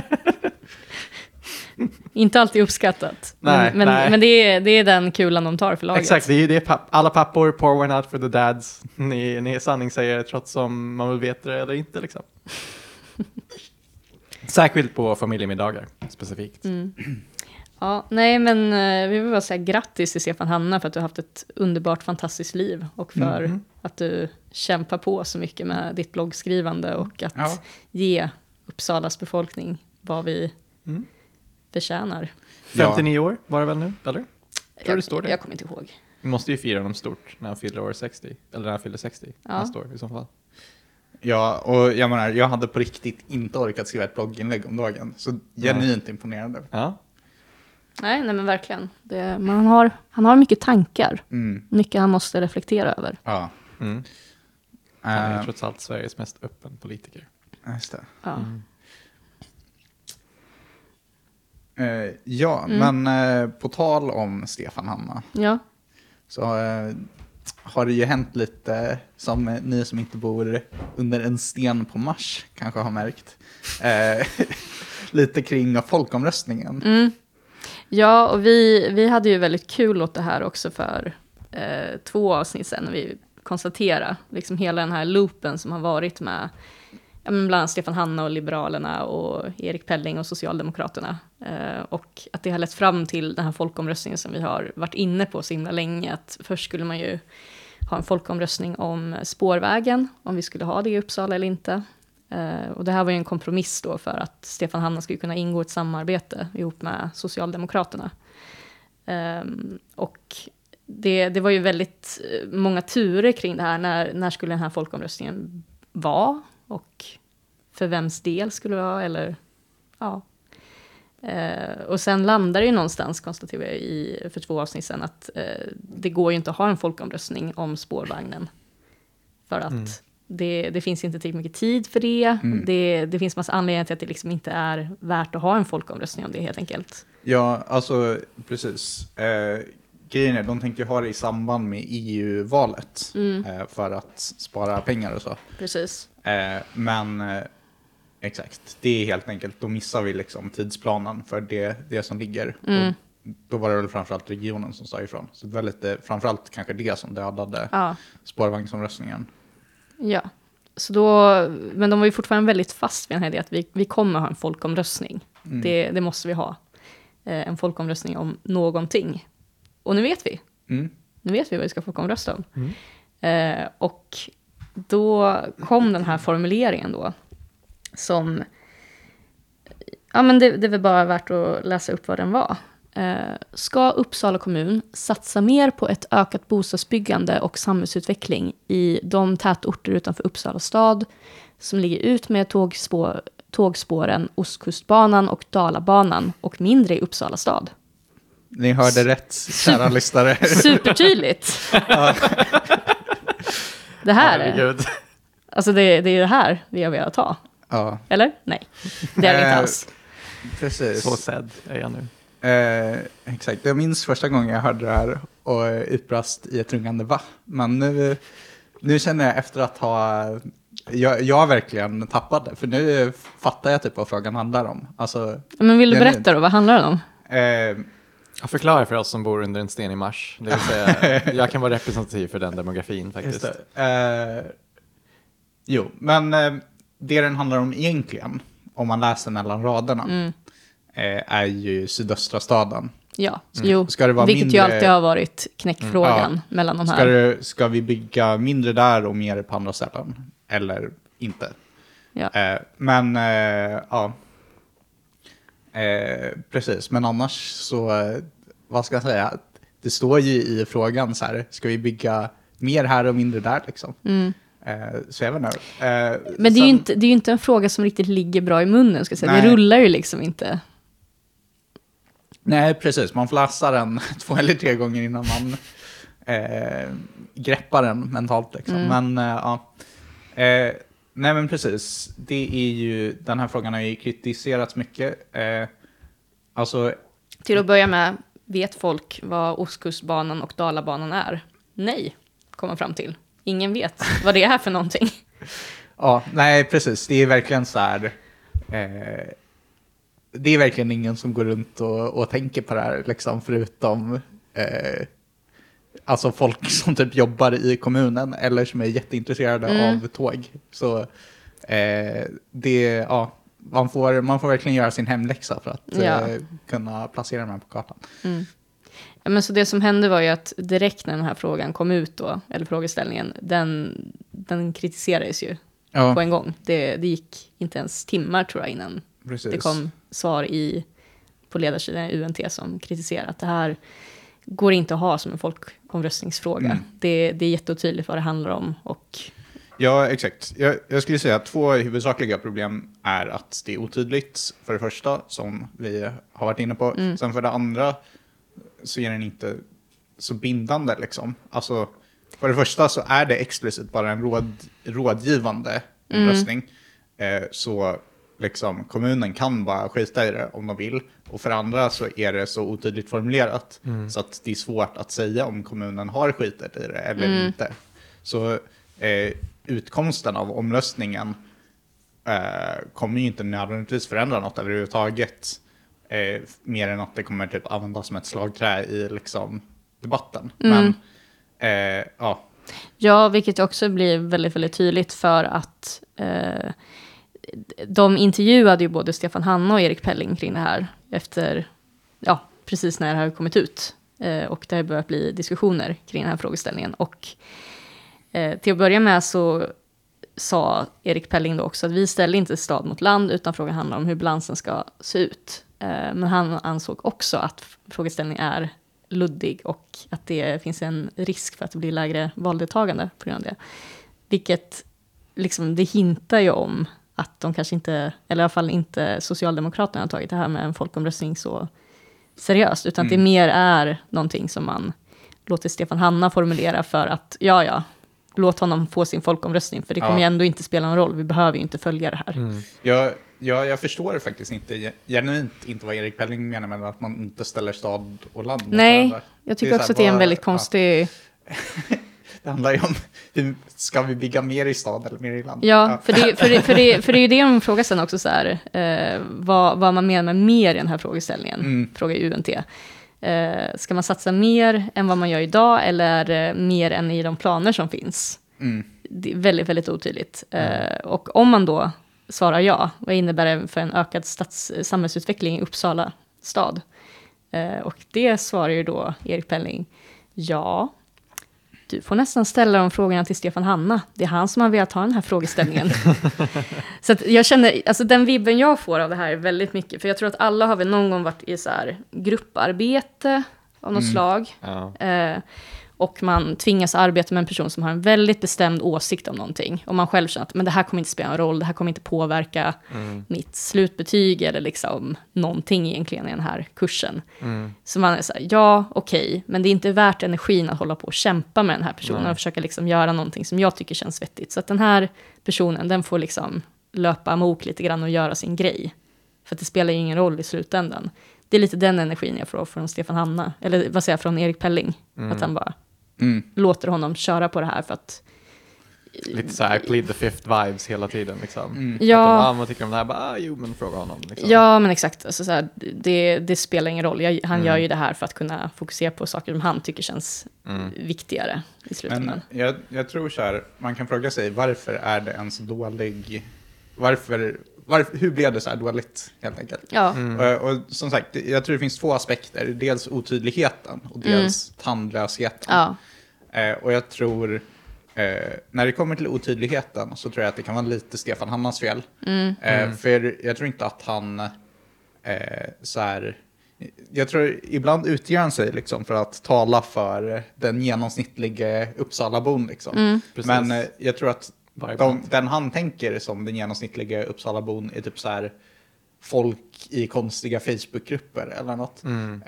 Inte alltid uppskattat. Men det är den kulan de tar för laget. Exakt, det är ju det alla pappor, pour one out for the dads. Ni är sanningssägare trots som man vill veta det eller inte liksom. Särskilt på familjemiddagar specifikt. Ja, nej men vi vill bara säga grattis till Stefan Hanna för att du har haft ett underbart, fantastiskt liv och för att du kämpar på så mycket med ditt bloggskrivande och att ge Uppsalas befolkning vad vi förtjänar. 59 år var det väl nu, eller? Jag kommer inte ihåg. Vi måste ju fira honom stort när han fyller år 60, eller när han fyller 60 nästa år i så fall. Ja, och jag menar, jag hade på riktigt inte orkat skriva ett blogginlägg om dagen. Så genuint imponerande. Ja. Nej, men verkligen. Han har mycket tankar. Mycket han måste reflektera över. Ja. Han är trots allt Sveriges mest öppen politiker. Just det. Ja. Men på tal om Stefan Hanna. Ja. Så har det ju hänt lite som ni som inte bor under en sten på Mars kanske har märkt. Lite kring folkomröstningen. Ja, och vi hade ju väldigt kul åt det här också för 2 avsnitt sedan när vi konstaterade liksom hela den här loopen som har varit med bland annat Stefan Hanna och Liberalerna och Erik Pelling och Socialdemokraterna. Och att det har lett fram till den här folkomröstningen som vi har varit inne på så himla länge. Att först skulle man ju ha en folkomröstning om spårvägen, om vi skulle ha det i Uppsala eller inte. Och det här var ju en kompromiss då för att Stefan Hanna skulle kunna ingå ett samarbete ihop med Socialdemokraterna. Och det var ju väldigt många turer kring det här. När skulle den här folkomröstningen vara? Och för vems del skulle det vara? Eller, ja. Och sen landar det ju någonstans, konstaterar jag för 2 avsnitt sedan, att det går ju inte att ha en folkomröstning om spårvagnen. För att det finns inte tillräckligt mycket tid för det. Det finns massa anledningar till att det liksom inte är värt att ha en folkomröstning om det helt enkelt. Ja, alltså precis. grejen är, de tänkte ju ha det i samband med EU-valet för att spara pengar och så. Precis. Men exakt, det är helt enkelt, då missar vi liksom tidsplanen för det som ligger. Och då var det väl framförallt regionen som sa ifrån. Så det var lite, framförallt kanske det som dödade spårvagnsomröstningen. Ja, så då, men de var ju fortfarande väldigt fast vid den här idén att vi kommer ha en folkomröstning. Det måste vi ha. En folkomröstning om någonting. Och nu vet vi. Nu vet vi vad vi ska folkomrösta om. Och då kom den här formuleringen då. Som, ja men det är väl bara värt att läsa upp vad den var. Ska Uppsala kommun satsa mer på ett ökat bostadsbyggande och samhällsutveckling i de tätorter utanför Uppsala stad som ligger ut med tågspåren Ostkustbanan och Dalabanan och mindre i Uppsala stad? Ni hörde rätt, kära lyssnare. Supertydligt. Det här är... Alltså det är det här vi har velat ha. Ja. Eller? Nej, det är det inte alls. Precis. Så sedd är jag nu. Exakt, jag minns första gången jag hörde det här och utbrast i ett rungande va. Men nu känner jag efter att jag verkligen tappade. För nu fattar jag typ vad frågan handlar om. Alltså, men vill du berätta då, vad handlar det om? Jag förklarar för oss som bor under en sten i Mars. Det vill säga, jag kan vara representativ för den demografin faktiskt. Jo, men det den handlar om egentligen, om man läser mellan raderna, är ju sydöstra staden. Ja, jo, ska det vara vilket mindre... ju alltid har varit knäckfrågan mellan de här. Ska vi bygga mindre där och mer på andra ställen? Eller inte? Ja. Precis, men annars så, vad ska jag säga? Det står ju i frågan så här, ska vi bygga mer här och mindre där liksom? Så jag vet inte. Men det är ju inte en fråga som riktigt ligger bra i munnen, ska jag säga. Det rullar ju liksom inte. Nej, precis. Man får läsa den 2 eller 3 gånger innan man greppar den mentalt liksom. Men nej men precis. Det är ju, den här frågan har ju kritiserats mycket. Alltså, till att börja med, vet folk vad Ostkustbanan och Dalabanan är? Nej, kommer fram till. Ingen vet vad det är för någonting. Ja, nej precis. Det är verkligen så här... det är verkligen ingen som går runt och tänker på det här, liksom, förutom alltså folk som typ jobbar i kommunen eller som är jätteintresserade av tåg. Så man får verkligen göra sin hemläxa för att kunna placera dem här på kartan. Ja, men så det som hände var ju att direkt när den här frågan kom ut då, eller frågeställningen, den kritiserades ju på en gång. Det gick inte ens timmar tror jag innan det kom svar på ledarsidan i UNT som kritiserar att det här går inte att ha som en folkomröstningsfråga. Det är jättetydligt vad det handlar om. Ja, exakt. Jag skulle säga att 2 huvudsakliga problem är att det är otydligt, för det första, som vi har varit inne på. Sen för det andra så är den inte så bindande liksom. Alltså, för det första så är det explicit bara en rådgivande omröstning. Så liksom kommunen kan bara skita i det om de vill. Och för andra så är det så otydligt formulerat så att det är svårt att säga om kommunen har skitit i det eller inte. Så utkomsten av omröstningen kommer ju inte nödvändigtvis förändra något överhuvudtaget. Mer än att det kommer typ användas som ett slagträ i liksom debatten. Men Ja, vilket också blir väldigt, väldigt tydligt för att de intervjuade ju både Stefan Hanna och Erik Pelling kring det här efter, precis när det här kommit ut. Och det har börjat bli diskussioner kring den här frågeställningen. Och till att börja med så sa Erik Pelling då också att vi ställer inte stad mot land utan frågan handlar om hur balansen ska se ut. Men han ansåg också att frågeställningen är luddig och att det finns en risk för att det blir lägre valdeltagande på grund av det. Vilket liksom, det hintar ju om att de kanske inte, eller i alla fall inte Socialdemokraterna har tagit det här med en folkomröstning så seriöst, utan att det mer är någonting som man låter Stefan Hanna formulera för att låt honom få sin folkomröstning, för det kommer ju ändå inte spela någon roll, vi behöver ju inte följa det här. Jag förstår faktiskt inte, genuint inte vad Erik Pelling menar med att man inte ställer stad och land. Nej, jag tycker också att det är en väldigt konstig... Det handlar ju om, ska vi bygga mer i stad eller mer i land? Ja, för det är ju det de frågar sen också så här, vad man menar med mer i den här frågeställningen, frågar UNT. Ska man satsa mer än vad man gör idag, eller mer än i de planer som finns? Det är väldigt, väldigt otydligt. Och om man då svarar ja, vad innebär det för en ökad samhällsutveckling i Uppsala stad? Och det svarar ju då Erik Pelling, ja, du får nästan ställa de frågorna till Stefan Hanna. Det är han som har velat ha den här frågeställningen. Så att jag känner, alltså den vibben jag får av det här är väldigt mycket. För jag tror att alla har väl någon gång varit i så här grupparbete av något slag. Ja. Och man tvingas arbeta med en person som har en väldigt bestämd åsikt om någonting. Och man själv känner att men det här kommer inte spela en roll. Det här kommer inte påverka mitt slutbetyg eller liksom någonting egentligen i den här kursen. Så man är så här, ja, okej. Men det är inte värt energin att hålla på och kämpa med den här personen. Och försöka liksom göra någonting som jag tycker känns vettigt. Så att den här personen, den får liksom löpa amok lite grann och göra sin grej. För att det spelar ju ingen roll i slutändan. Det är lite den energin jag får från Stefan Hanna. Eller vad säger jag, från Erik Pelling. Att han bara låter honom köra på det här för att... Lite så här, plead the fifth vibes hela tiden liksom. Ja. Att man tycker om det här, bara, jo men fråga honom. Liksom. Ja, men exakt. Alltså, så här, det spelar ingen roll. Han gör ju det här för att kunna fokusera på saker som han tycker känns viktigare i slutändan. Men jag tror så här, man kan fråga sig, varför är det en så dålig... hur blev det så här dåligt, helt enkelt? Ja. Och som sagt, jag tror det finns två aspekter. Dels otydligheten och dels tandlösheten. Ja. Och jag tror, när det kommer till otydligheten så tror jag att det kan vara lite Stefan Hannas fel. För jag tror inte att han så här... Jag tror ibland utger han sig liksom för att tala för den genomsnittliga Uppsalabon. Liksom. Men jag tror att den han tänker som den genomsnittliga Uppsalabon är typ så här folk i konstiga Facebookgrupper eller något.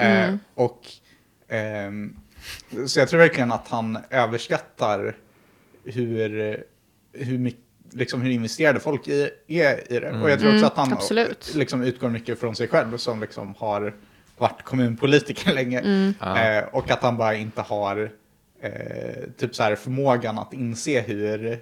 Så jag tror verkligen att han överskattar hur investerade folk är i det. Och jag tror också att han liksom utgår mycket från sig själv som liksom har varit kommunpolitiker länge. Och att han bara inte har typ så här förmågan att inse hur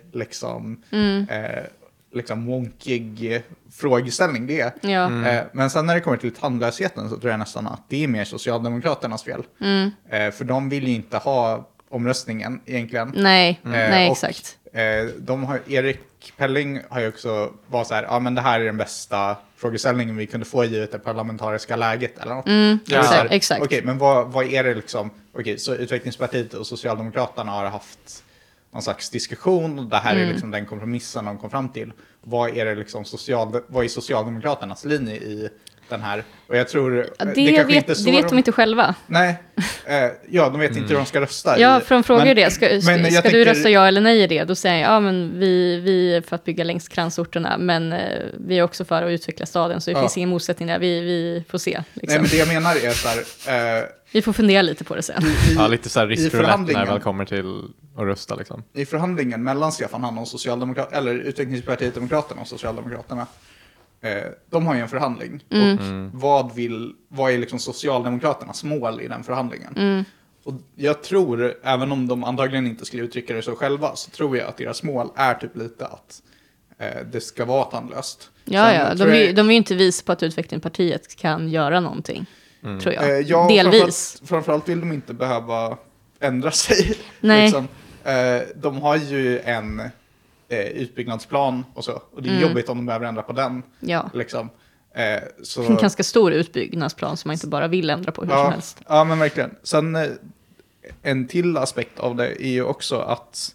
liksom wonkig frågeställning det är. Ja. Men sen när det kommer till tandlösheten så tror jag nästan att det är mer Socialdemokraternas fel. För de vill ju inte ha omröstningen egentligen. Nej, exakt. Erik Pelling har ju också varit så här, ja men det här är den bästa frågeställningen vi kunde få givet det parlamentariska läget eller något. Exakt. Okej, men vad är det liksom, så Utvecklingspartiet och Socialdemokraterna har haft någon slags diskussion och det här är liksom den kompromissen de kom fram till. Vad är det liksom vad är Socialdemokraternas linje i den här? Och jag tror det vet de inte själva. Nej, de vet inte hur de ska rösta. Ja, för de frågar det. Ska du rösta ja eller nej i det? Då säger jag, ja men vi är för att bygga längs kransorterna, men vi är också för att utveckla staden, så det finns ingen motsättning där. Vi får se. Liksom. Nej, men det jag menar är så här... vi får fundera lite på det sen. Lite så här riskroulette när det väl kommer till att rösta liksom. I förhandlingen mellan Stefan Hanna och eller Utvecklingspartiet Demokraterna och Socialdemokraterna, de har ju en förhandling. Och vad är liksom Socialdemokraternas mål i den förhandlingen? Och jag tror, även om de antagligen inte skulle uttrycka det så själva, så tror jag att deras mål är typ lite att det ska vara tandlöst. Ja, de är ju inte vis på att Utvecklingspartiet kan göra någonting, tror jag. Delvis. Framförallt vill de inte behöva ändra sig. Nej. Liksom. De har ju en utbyggnadsplan och så. Och det är jobbigt om de behöver ändra på den. Ja. Liksom. Så... En ganska stor utbyggnadsplan som man inte bara vill ändra på hur som helst. Ja, men verkligen. Sen en till aspekt av det är ju också att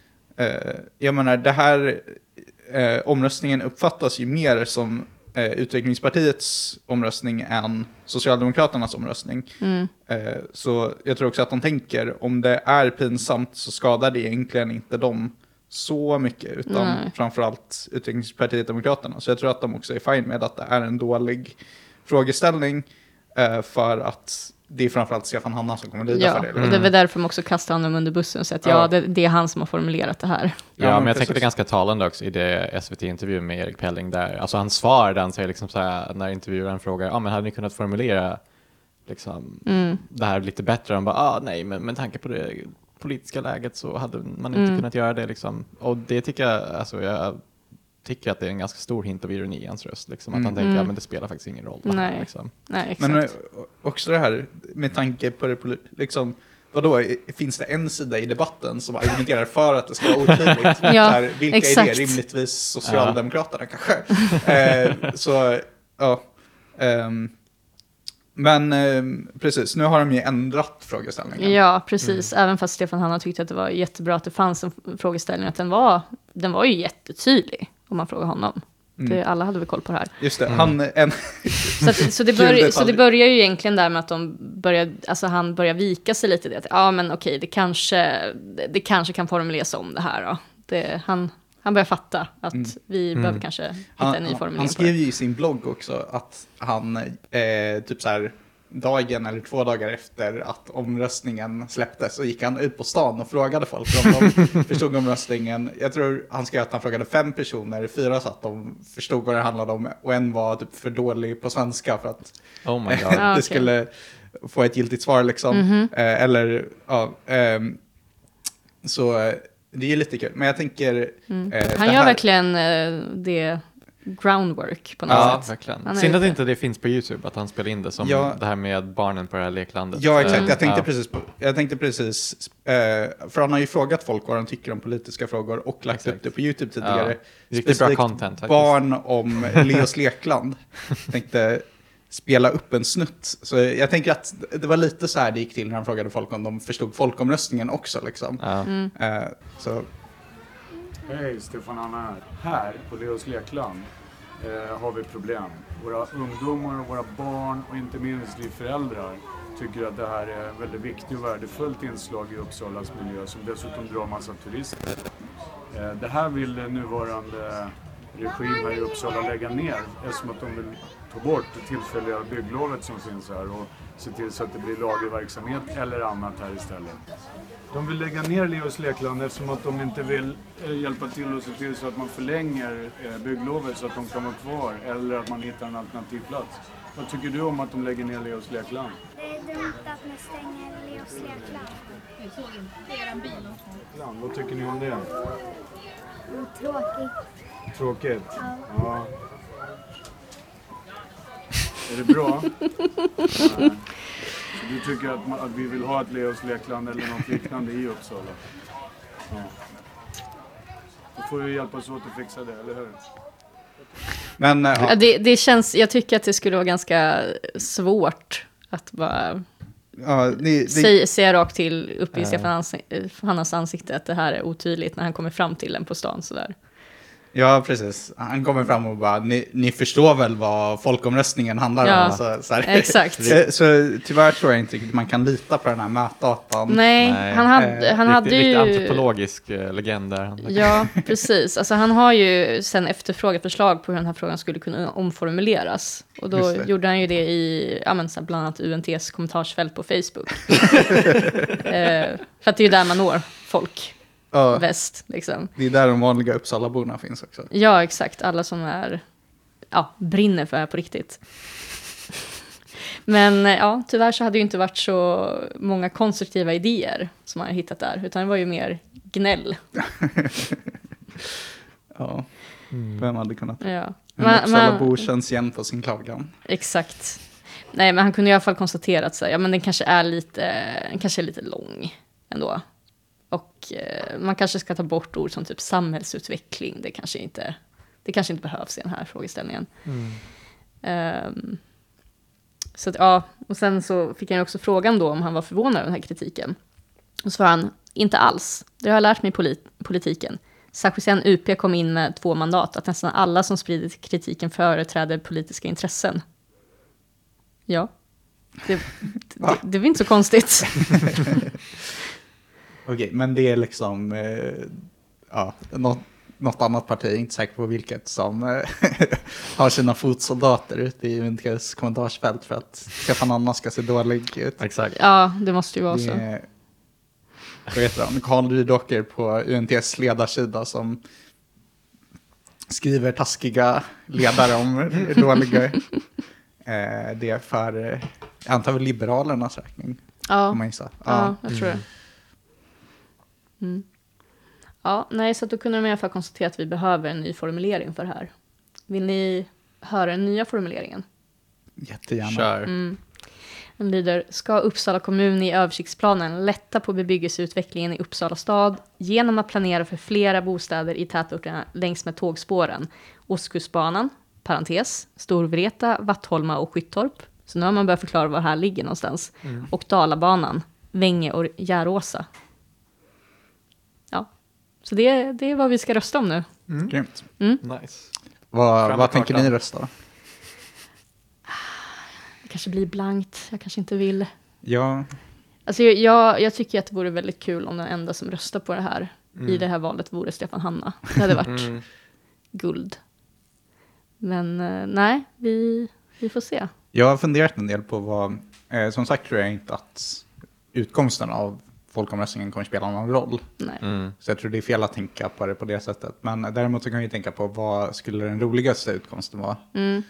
jag menar, det här omröstningen uppfattas ju mer som Utvecklingspartiets omröstning än Socialdemokraternas omröstning. Så jag tror också att de tänker, om det är pinsamt så skadar det egentligen inte dem så mycket, utan framförallt Utvecklingspartiet Demokraterna. Så jag tror att de också är fine med att det är en dålig frågeställning, för att det är framförallt Stefan Hanna som kommer lida för det. Och det är väl därför de också kastar honom under bussen. Så att det är han som har formulerat det här. Ja, men jag tänker det är ganska talande också i det SVT-intervju med Erik Pelling där. Alltså han svarar den säger liksom så här, när intervjuaren frågar, men hade ni kunnat formulera liksom det här lite bättre? Han bara, nej, men med tanke på det politiska läget så hade man inte kunnat göra det liksom. Och det tycker jag tycker att det är en ganska stor hint av ironi i hans röst. Liksom. Att han tänker, men det spelar faktiskt ingen roll. Nej, liksom. Nej exakt. Men också det här med tanke på det liksom, vadå, finns det en sida i debatten som argumenterar för att det ska vara otydligt? Så här, vilka är det? Rimligtvis Socialdemokraterna kanske. Men precis, nu har de ju ändrat frågeställningen. Ja, precis. Även fast Stefan Hanna tyckte att det var jättebra att det fanns en frågeställning. Att den var ju jättetydlig om man frågar honom. Alla hade väl koll på det här. Just det, Så det börjar ju egentligen där med att han börjar vika sig lite. Att, men okej, det kanske kan formuleras om det här då. Han börjar fatta att vi behöver kanske hitta en ny formulering. Han skrev ju i sin blogg också att han typ så här dagen eller 2 dagar efter att omröstningen släpptes så gick han ut på stan och frågade folk om de förstod omröstningen. Jag tror han skrev att han frågade 5 personer, 4 så att de förstod vad det handlade om och en var typ för dålig på svenska för att det skulle få ett giltigt svar liksom. Så det är lite kul, men jag tänker... han gör verkligen det groundwork på något sätt. Ja, verkligen. Synd att inte det finns på YouTube, att han spelar in det som det här med barnen på det här leklandet. Ja, exakt. Jag tänkte precis för han har ju frågat folk vad de tycker om politiska frågor och lagt upp det på YouTube tidigare. Riktigt bra content faktiskt. Barn om Leos lekland. Tänkte spela upp en snutt. Så jag tänker att det var lite så här det gick till när han frågade folk om de förstod folkomröstningen också liksom. Så. Hej, Stefan Hanna här på Leos lekland har vi problem. Våra ungdomar och våra barn och inte minst vi föräldrar tycker att det här är ett väldigt viktigt och värdefullt inslag i Uppsalas miljö som dessutom drar massa turister. Det här vill nuvarande regim här i Uppsala lägga ner eftersom att de vill ta bort det tillfälliga bygglovet som finns här och se till så att det blir laglig verksamhet eller annat här istället. De vill lägga ner Leos lekland eftersom att de inte vill hjälpa till och se till så att man förlänger bygglovet så att de kan vara kvar eller att man hittar en alternativ plats. Vad tycker du om att de lägger ner Leos lekland? Det är dumt att man stänger Leos lekland. Jag såg inte er bil också. Vad tycker ni om det? Tråkigt. Tråkigt? Ja. Är det bra? Nej. Så du tycker att vi vill ha ett Leos lekland eller något liknande i Uppsala? Ja. Då får vi hjälpas åt att fixa det, eller hur? Men, det känns, jag tycker att det skulle vara ganska svårt att bara säga rakt till uppe i Stefan Hannas ansikte att det här är otydligt när han kommer fram till en på stan sådär. Ja, precis. Han kommer fram och bara, ni förstår väl vad folkomröstningen handlar om? Så här. Exakt. Så tyvärr tror jag inte riktigt man kan lita på den här mätdatan. Nej. Han hade ju... Riktigt antropologisk legend där. Ja, precis. Alltså, han har ju sen efterfrågat förslag på hur den här frågan skulle kunna omformuleras. Och då gjorde han ju det i bland annat UNTs kommentarsfält på Facebook. För att det är ju där man når folk. Väst, liksom. Det är där de vanliga Uppsalaborna finns också. Ja, exakt. Alla som brinner för det här på riktigt. Men tyvärr så hade det ju inte varit så många konstruktiva idéer som man har hittat där. Utan det var ju mer gnäll. Vem hade kunnat? Ja. Men Uppsalabor känns igen på sin klagan. Exakt. Nej, men han kunde i alla fall konstatera att men den kanske är lite lång ändå. Och man kanske ska ta bort ord som typ samhällsutveckling. Det kanske inte behövs i den här frågeställningen. Så att, och sen så fick han också frågan då om han var förvånad över den här kritiken. Och så svarade han, inte alls. Det har jag lärt mig i politiken. Särskilt sedan UP kom in med 2 mandat. Att nästan alla som sprider kritiken företräder politiska intressen. Ja. Det var inte så konstigt. Okej, men det är liksom något annat parti, inte säker på vilket, som har sina fotsoldater ute i UNTs kommentarsfält för att Stefan Hanna ska se dålig ut. Exakt. Ja, det måste ju vara så. Vad heter han? Carl Rydåker på UNTs ledarsida som skriver taskiga ledare om hur dåliga det är för, jag antar väl Liberalernas räkning. Ja, Man gissa. ja, jag tror det. Ja, nej, så att då kunde de i alla fall konstatera att vi behöver en ny formulering för det här. Vill ni höra den nya formuleringen? Jättegärna. Kör. Den lyder: ska Uppsala kommun i översiktsplanen lätta på bebyggelseutvecklingen i Uppsala stad genom att planera för flera bostäder i tätorterna längs med tågspåren, Ostkustbanan, parentes, Storvreta, Vattholma och Skyttorp. Så nu har man börjat förklara var här ligger någonstans. Och Dalabanan, Vänge och Järåsa. Ja, så det är vad vi ska rösta om nu. Grymt. Nice. Vad tänker ni rösta då? Det kanske blir blankt, jag kanske inte vill. Ja. Alltså jag tycker att det vore väldigt kul om den enda som röstar på det här i det här valet vore Stefan Hanna. Det hade varit guld. Men nej, vi får se. Jag har funderat en del på vad, som sagt tror jag inte att utkomsten av folkomröstningen kommer spela någon roll. Nej. Så jag tror det är fel att tänka på det på det sättet. Men däremot så kan vi tänka på vad skulle den roligaste utkomsten vara.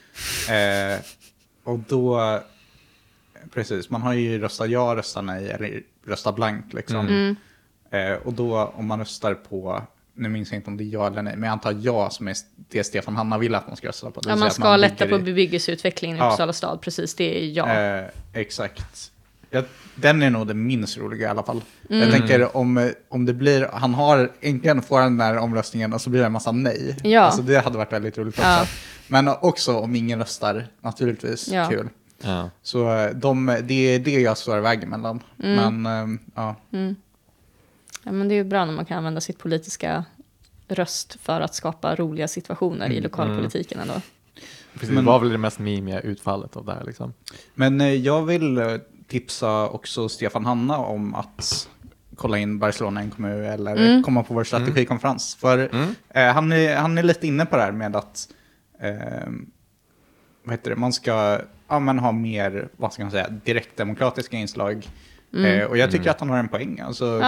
Och då, precis, man har ju röstat ja, rösta nej eller rösta blankt liksom. Och då om man röstar på, nu minns jag inte om det är ja eller nej, men jag antar ja som är det Stefan Hanna vill att man ska rösta på. Ja, man ska lätta på bebyggelseutvecklingen i Uppsala stad, precis, det är ja. Exakt. Ja, den är nog det minst roliga i alla fall. Jag tänker om det blir, han har äntligen får den där omröstningen och så blir det en massa nej. Ja. Alltså det hade varit väldigt roligt också. Men också om ingen röstar, naturligtvis kul. Ja. Så det är det jag står i vägen mellan. Men ja. Ja, men det är ju bra när man kan använda sitt politiska röst för att skapa roliga situationer i lokalpolitiken ändå. Precis, det var väl det mest mimiga utfallet av det här liksom. Men jag vill tipsa också Stefan Hanna om att kolla in Barcelona en kommun eller komma på vår strategikonferens. För han är lite inne på det här med att vad heter det? Man ska ha mer, vad ska man säga, direktdemokratiska inslag. Och jag tycker att han har en poäng. Alltså,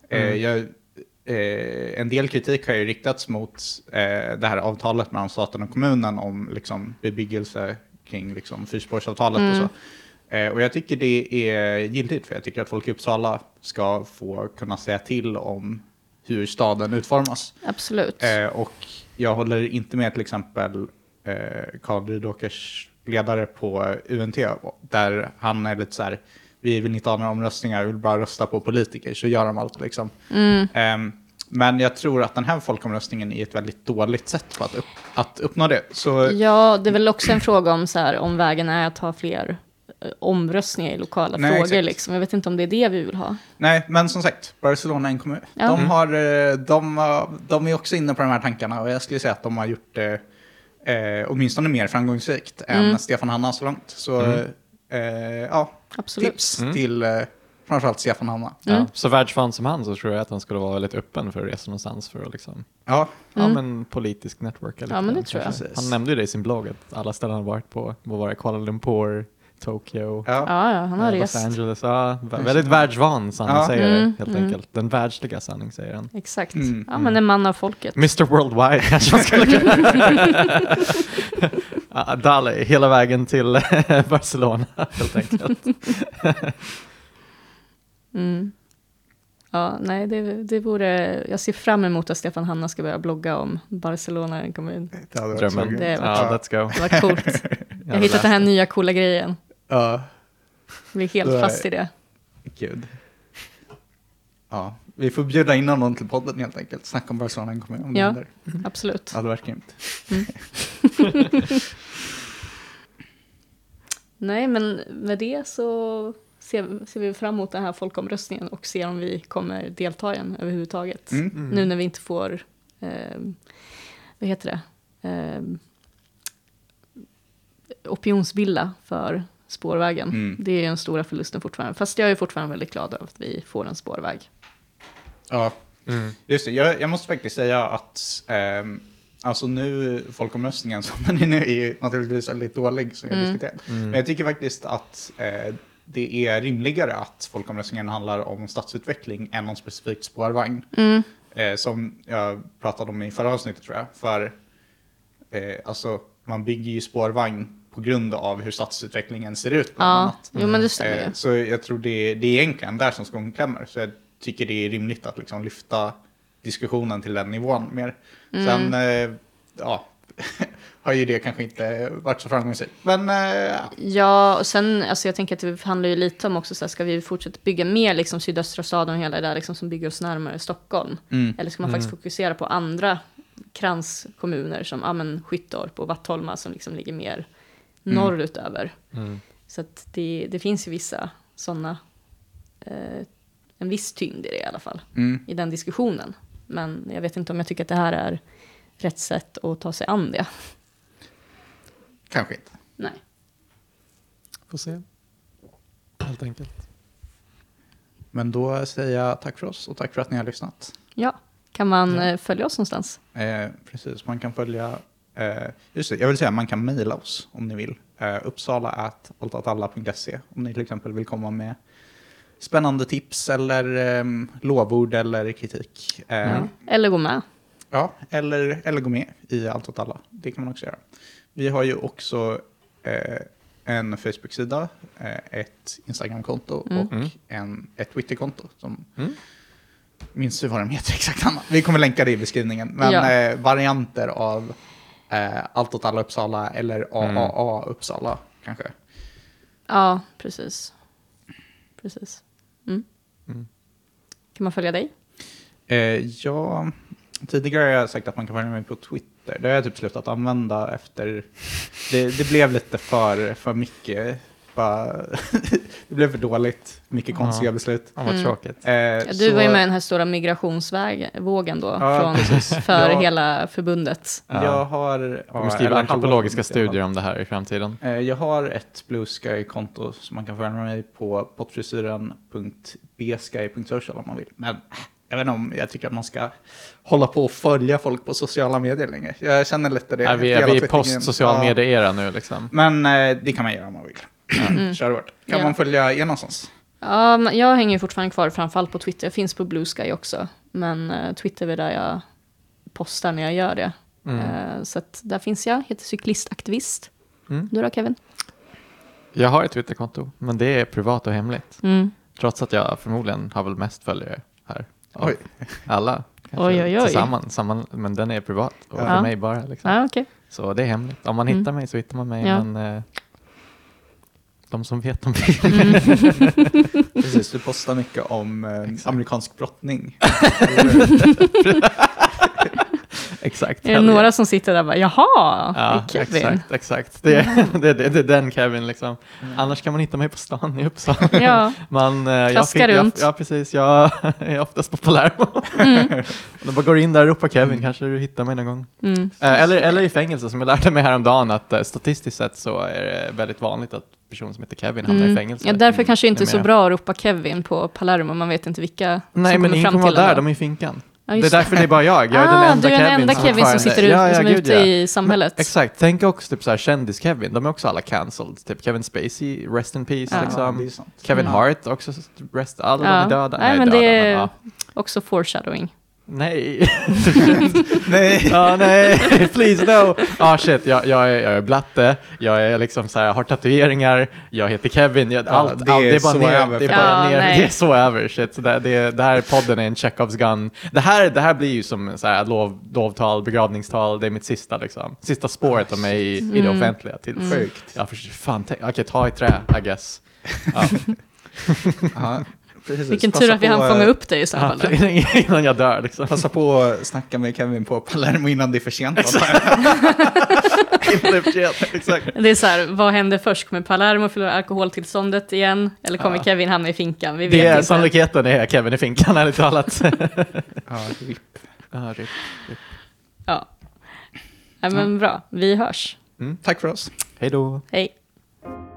en del kritik har ju riktats mot det här avtalet mellan staten och kommunen om liksom, bebyggelse kring liksom, fyrspårsavtalet och så. Och jag tycker det är giltigt, för jag tycker att folk i Uppsala ska få kunna säga till om hur staden utformas. Absolut. Och jag håller inte med till exempel Carl Rydåkers ledare på UNT, där han är lite så här: vi vill inte ha några omröstningar, vi vill bara rösta på politiker, så gör de allt liksom. Men jag tror att den här folkomröstningen är ett väldigt dåligt sätt på att uppnå det. Så... Ja, det är väl också en fråga om, så här, om vägen är att ha fler omröstningar i lokala frågor. Liksom. Jag vet inte om det är det vi vill ha. Nej, men som sagt, Barcelona är en kommun. Ja. De är också inne på de här tankarna, och jag skulle säga att de har gjort det åtminstone mer framgångsrikt än Stefan Hanna så långt. Så absolut. Tips till framförallt Stefan Hanna. Ja. Så världsfan som han, så tror jag att han skulle vara väldigt öppen för att resa någonstans för att liksom... Ja, men politisk network. Ja, men det tror jag. Han nämnde ju det i sin blogg, att alla ställen han varit på, var det Kuala Lumpur, Tokyo, han har Los Angeles. Ja, väldigt världsvan sanningssägare, helt enkelt. Den världsliga sanningssägaren. Exakt. Men en man av folket. Mr. Worldwide kanske man skulle Dali, hela vägen till Barcelona, helt enkelt. Ja, nej, det vore... Jag ser fram emot att Stefan Hanna ska börja blogga om Barcelona, en kommun. Drömmen. Let's go. Det var coolt. Jag har hittat den här nya coola grejen. Ja. Vi är helt fast i det. Gud. Ja, vi får bjuda in någon till podden helt enkelt. Snacka om Barcelona, en kommun. Ja, absolut. Ja, det var grymt. Nej, men med det så... Ser vi fram emot den här folkomröstningen och ser om vi kommer delta i den överhuvudtaget. Nu när vi inte får vad heter det? Opinionsbilda för spårvägen. Det är en stora förlusten fortfarande. Fast jag är fortfarande väldigt glad över att vi får en spårväg. Ja, Just det, jag måste faktiskt säga att alltså nu folkomröstningen som den är nu är ju naturligtvis väldigt dålig som jag diskuterat. Men jag tycker faktiskt att det är rimligare att folkomröstningen handlar om stadsutveckling än om specifikt spårvagn. Som jag pratade om i förra avsnittet tror jag. För alltså man bygger ju spårvagn på grund av hur stadsutvecklingen ser ut bland annat. Jo, men det stämmer ju. Så jag tror det är egentligen där som skon klämmer. Så jag tycker det är rimligt att liksom lyfta diskussionen till den nivån mer. Sen, har ju det kanske inte varit så framgångsrikt. Men ja, och sen, alltså jag tänker att det handlar ju lite om också, så här, ska vi fortsätta bygga mer liksom sydöstra staden och hela det där liksom, som bygger oss närmare Stockholm? Eller ska man faktiskt fokusera på andra kranskommuner som Skyttorp och Vattholma som liksom ligger mer norrut över? Så att det finns ju vissa sådana, en viss tyngd i det i alla fall, i den diskussionen. Men jag vet inte om jag tycker att det här är rätt sätt att ta sig an det. kanske inte. Nej. Får se. Helt enkelt. Men då säger jag tack för oss och tack för att ni har lyssnat. Ja, kan man följa oss någonstans? Precis, man kan följa... just det, jag vill säga man kan mejla oss om ni vill. uppsala@alltatalla.se om ni till exempel vill komma med spännande tips eller lovord eller kritik. Eller gå med. Ja, eller gå med i Allt åt alla. Det kan man också göra. Vi har ju också en Facebook-sida, ett Instagram-konto och ett Twitter-konto som minns vi vad de heter exakt. Vi kommer länka det i beskrivningen. Men varianter av Allt åt alla Uppsala eller AAA Uppsala kanske. Ja, precis. Kan man följa dig? Ja, tidigare har jag sagt att man kan följa mig på Twitter. Det har jag typ slutat använda efter... Det blev lite för mycket. Det blev för dåligt. Mycket konstiga beslut. Ja, vad tråkigt. Du var ju med i den här stora migrationsvågen då. För hela förbundet. Jag har... Kommer skriva antropologiska studier om det här i framtiden. Jag har ett Blue Sky-konto som man kan följa mig på pottfrisyren.bsky.social om man vill. Men jag vet inte om jag tycker att man ska hålla på och följa folk på sociala medier längre. Jag känner lite det. Vi är post-social media-era nu liksom. Men det kan man göra om man vill. Kör hårt. Kan man följa er någonstans? Ja, jag hänger fortfarande kvar framförallt på Twitter. Jag finns på Blue Sky också. Men Twitter är där jag postar när jag gör det. Så att där finns jag. Heter cyklistaktivist. Du då, Kevin? Jag har ett Twitterkonto, men det är privat och hemligt. Trots att jag förmodligen har väl mest följare här. Oj. Alla. Oj. Tillsammans. Men den är privat. Och för mig bara. Liksom. Okay. Så det är hemligt. Om man hittar mig så hittar man mig. Ja. Men de som vet om Precis, du postar mycket om amerikansk brottning. Exakt. Är det några som sitter där och bara, jaha, det är Kevin. Exakt. Det är den Kevin liksom. Annars kan man hitta mig på stan i Uppsala. Ja. Klaskar runt. Ja, precis. Jag är oftast på Palermo. Och bara går in där och ropar Kevin, kanske du hittar mig någon gång. Eller i fängelse, som jag lärde mig häromdagen att statistiskt sett så är det väldigt vanligt att personer som heter Kevin hamnar i fängelse. Ja, därför kanske inte så bra att ropa Kevin på Palermo. Man vet inte vilka som kommer fram till där, ändå. de är i finkan. Ja, det är därför det är bara jag. Jag är den enda du är Kevin, den enda Kevin som sitter ute i samhället. Men, exakt. Tänk också typ så här kändis-Kevin. De är också alla cancelled. Typ Kevin Spacey, rest in peace liksom. Kevin Hart också, rest. Alla de är döda. Nej, men det är också foreshadowing. Nej. Nej, please no. Shit, jag är blatte. Jag är liksom så här, har tatueringar. Jag heter Kevin. Det är bara ner. Det är så över. Shit. Så det här podden är en Chekhovs gun. Det här blir ju som så här lovtal, begravningstal. Det är mitt sista spåret av mig i det offentliga. Sjukt. Jag fan, okej, ta i trä, I guess. Precis. Vilken tur att vi hann fånga upp dig i så fall. Innan jag dör liksom. Passa på att snacka med Kevin på Palermo innan det är för sent. Exakt. Det är så här, vad händer först? Kommer Palermo förlora alkoholtillståndet igen? Eller kommer Kevin hamna i finkan? Vi vet inte. Sannolikheten är Kevin i finkan, ärligt talat. RIP. Ja. Men bra, vi hörs. Tack för oss. Hej då. Hej.